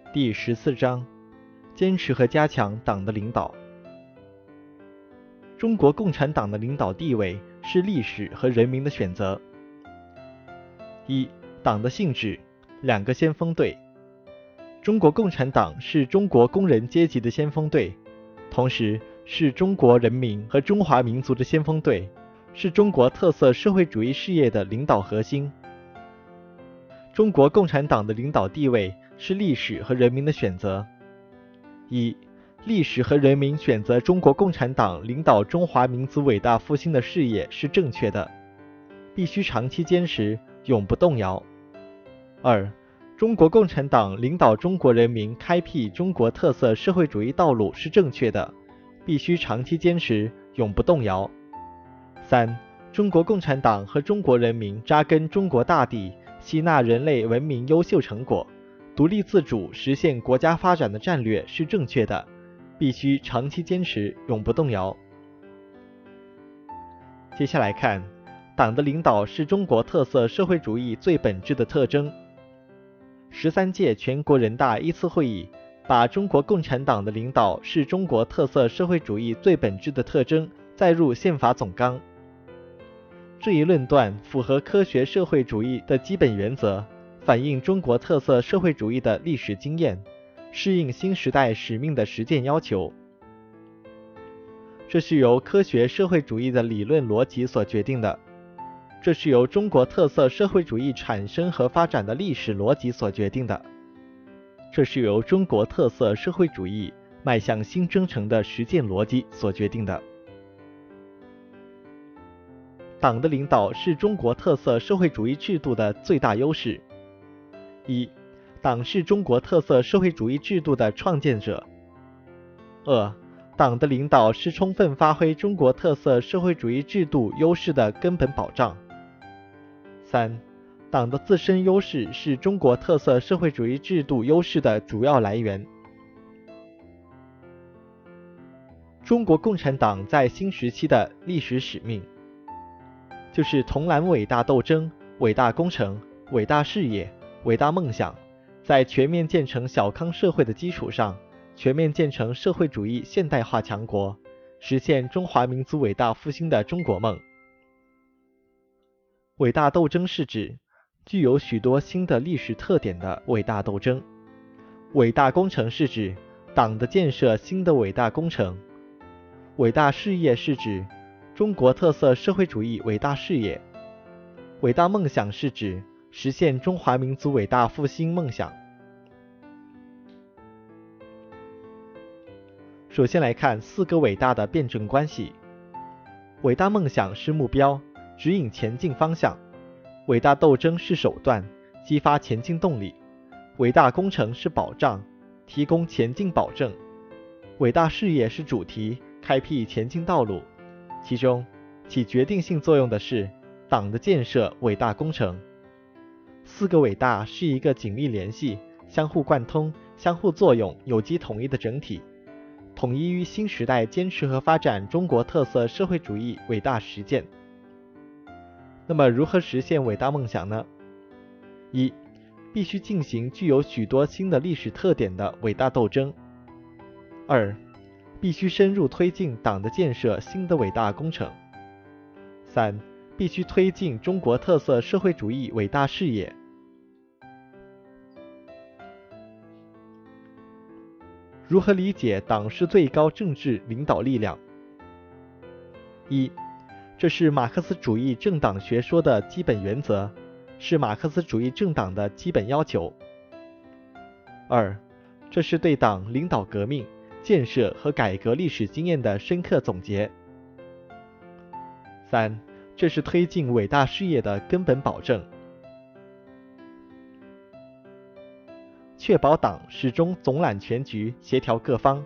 第14章，坚持和加强党的领导。中国共产党的领导地位是历史和人民的选择。一、党的性质，两个先锋队。中国共产党是中国工人阶级的先锋队，同时是中国人民和中华民族的先锋队，是中国特色社会主义事业的领导核心。中国共产党的领导地位是历史和人民的选择。一、历史和人民选择中国共产党领导中华民族伟大复兴的事业是正确的，必须长期坚持，永不动摇。二、中国共产党领导中国人民开辟中国特色社会主义道路是正确的，必须长期坚持，永不动摇。三、中国共产党和中国人民扎根中国大地，吸纳人类文明优秀成果，独立自主实现国家发展的战略是正确的，必须长期坚持，永不动摇。接下来看，党的领导是中国特色社会主义最本质的特征。13届全国人大一次会议把中国共产党的领导是中国特色社会主义最本质的特征载入宪法总纲。这一论断符合科学社会主义的基本原则，反映中国特色社会主义的历史经验，适应新时代使命的实践要求。这是由科学社会主义的理论逻辑所决定的，这是由中国特色社会主义产生和发展的历史逻辑所决定的，这是由中国特色社会主义迈向新征程的实践逻辑所决定的。党的领导是中国特色社会主义制度的最大优势。一、党是中国特色社会主义制度的创建者。二、党的领导是充分发挥中国特色社会主义制度优势的根本保障。三、党的自身优势是中国特色社会主义制度优势的主要来源。中国共产党在新时期的历史使命，就是统揽伟大斗争、伟大工程、伟大事业、伟大梦想，在全面建成小康社会的基础上，全面建成社会主义现代化强国，实现中华民族伟大复兴的中国梦。伟大斗争是指具有许多新的历史特点的伟大斗争。伟大工程是指党的建设新的伟大工程。伟大事业是指中国特色社会主义伟大事业。伟大梦想是指实现中华民族伟大复兴梦想。首先来看四个伟大的辩证关系。伟大梦想是目标，指引前进方向；伟大斗争是手段，激发前进动力；伟大工程是保障，提供前进保证；伟大事业是主题，开辟前进道路。其中起决定性作用的是党的建设伟大工程。四个伟大是一个紧密联系、相互贯通、相互作用、有机统一的整体，统一于新时代坚持和发展中国特色社会主义伟大实践。那么如何实现伟大梦想呢？一、必须进行具有许多新的历史特点的伟大斗争。二、必须深入推进党的建设新的伟大工程。三、必须推进中国特色社会主义伟大事业。如何理解党是最高政治领导力量？一、这是马克思主义政党学说的基本原则，是马克思主义政党的基本要求。二、这是对党领导革命、建设和改革历史经验的深刻总结。三、这是推进伟大事业的根本保证。确保党始终总揽全局，协调各方。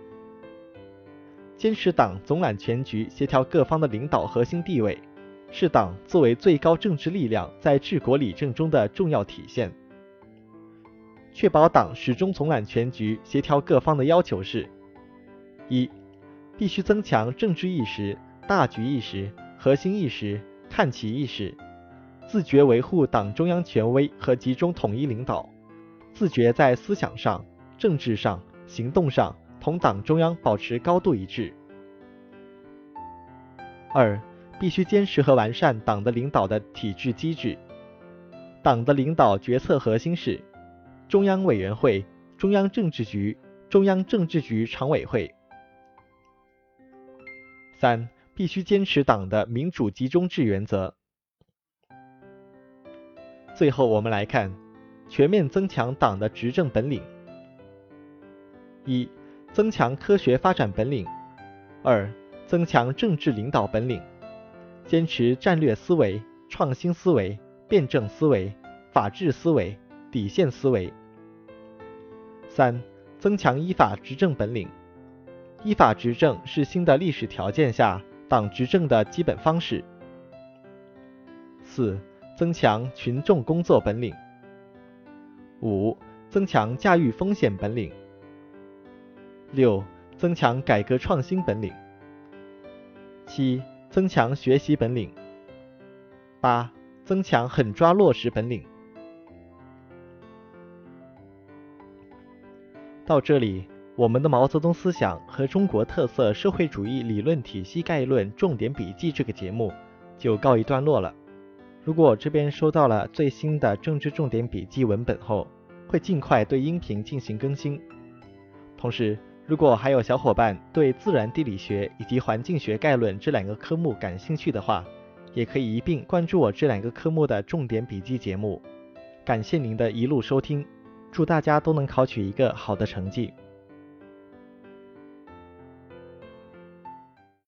坚持党总揽全局，协调各方的领导核心地位，是党作为最高政治力量在治国理政中的重要体现。确保党始终总揽全局，协调各方的要求是：一、必须增强政治意识、大局意识、核心意识、看齐意识，自觉维护党中央权威和集中统一领导，自觉在思想上、 政治上、行动上同党中央保持高度一致。2. 必须坚持和完善党的领导的体制机制。党的领导决策核心是中央委员会、中央政治局、中央政治局常委会。3. 必须坚持党的民主集中制原则。最后我们来看全面增强党的执政本领。1. 增强科学发展本领。2. 增强政治领导本领，坚持战略思维、创新思维、辩证思维、法治思维、底线思维。3. 增强依法执政本领。依法执政是新的历史条件下党执政的基本方式。4. 增强群众工作本领。5. 增强驾驭风险本领。6. 增强改革创新本领。7. 增强学习本领。8. 增强狠抓落实本领。到这里，我们的毛泽东思想和中国特色社会主义理论体系概论重点笔记这个节目就告一段落了。如果这边收到了最新的政治重点笔记文本后，会尽快对音频进行更新。同时，如果还有小伙伴对自然地理学以及环境学概论这2个科目感兴趣的话，也可以一并关注我这2个科目的重点笔记节目。感谢您的一路收听，祝大家都能考取一个好的成绩。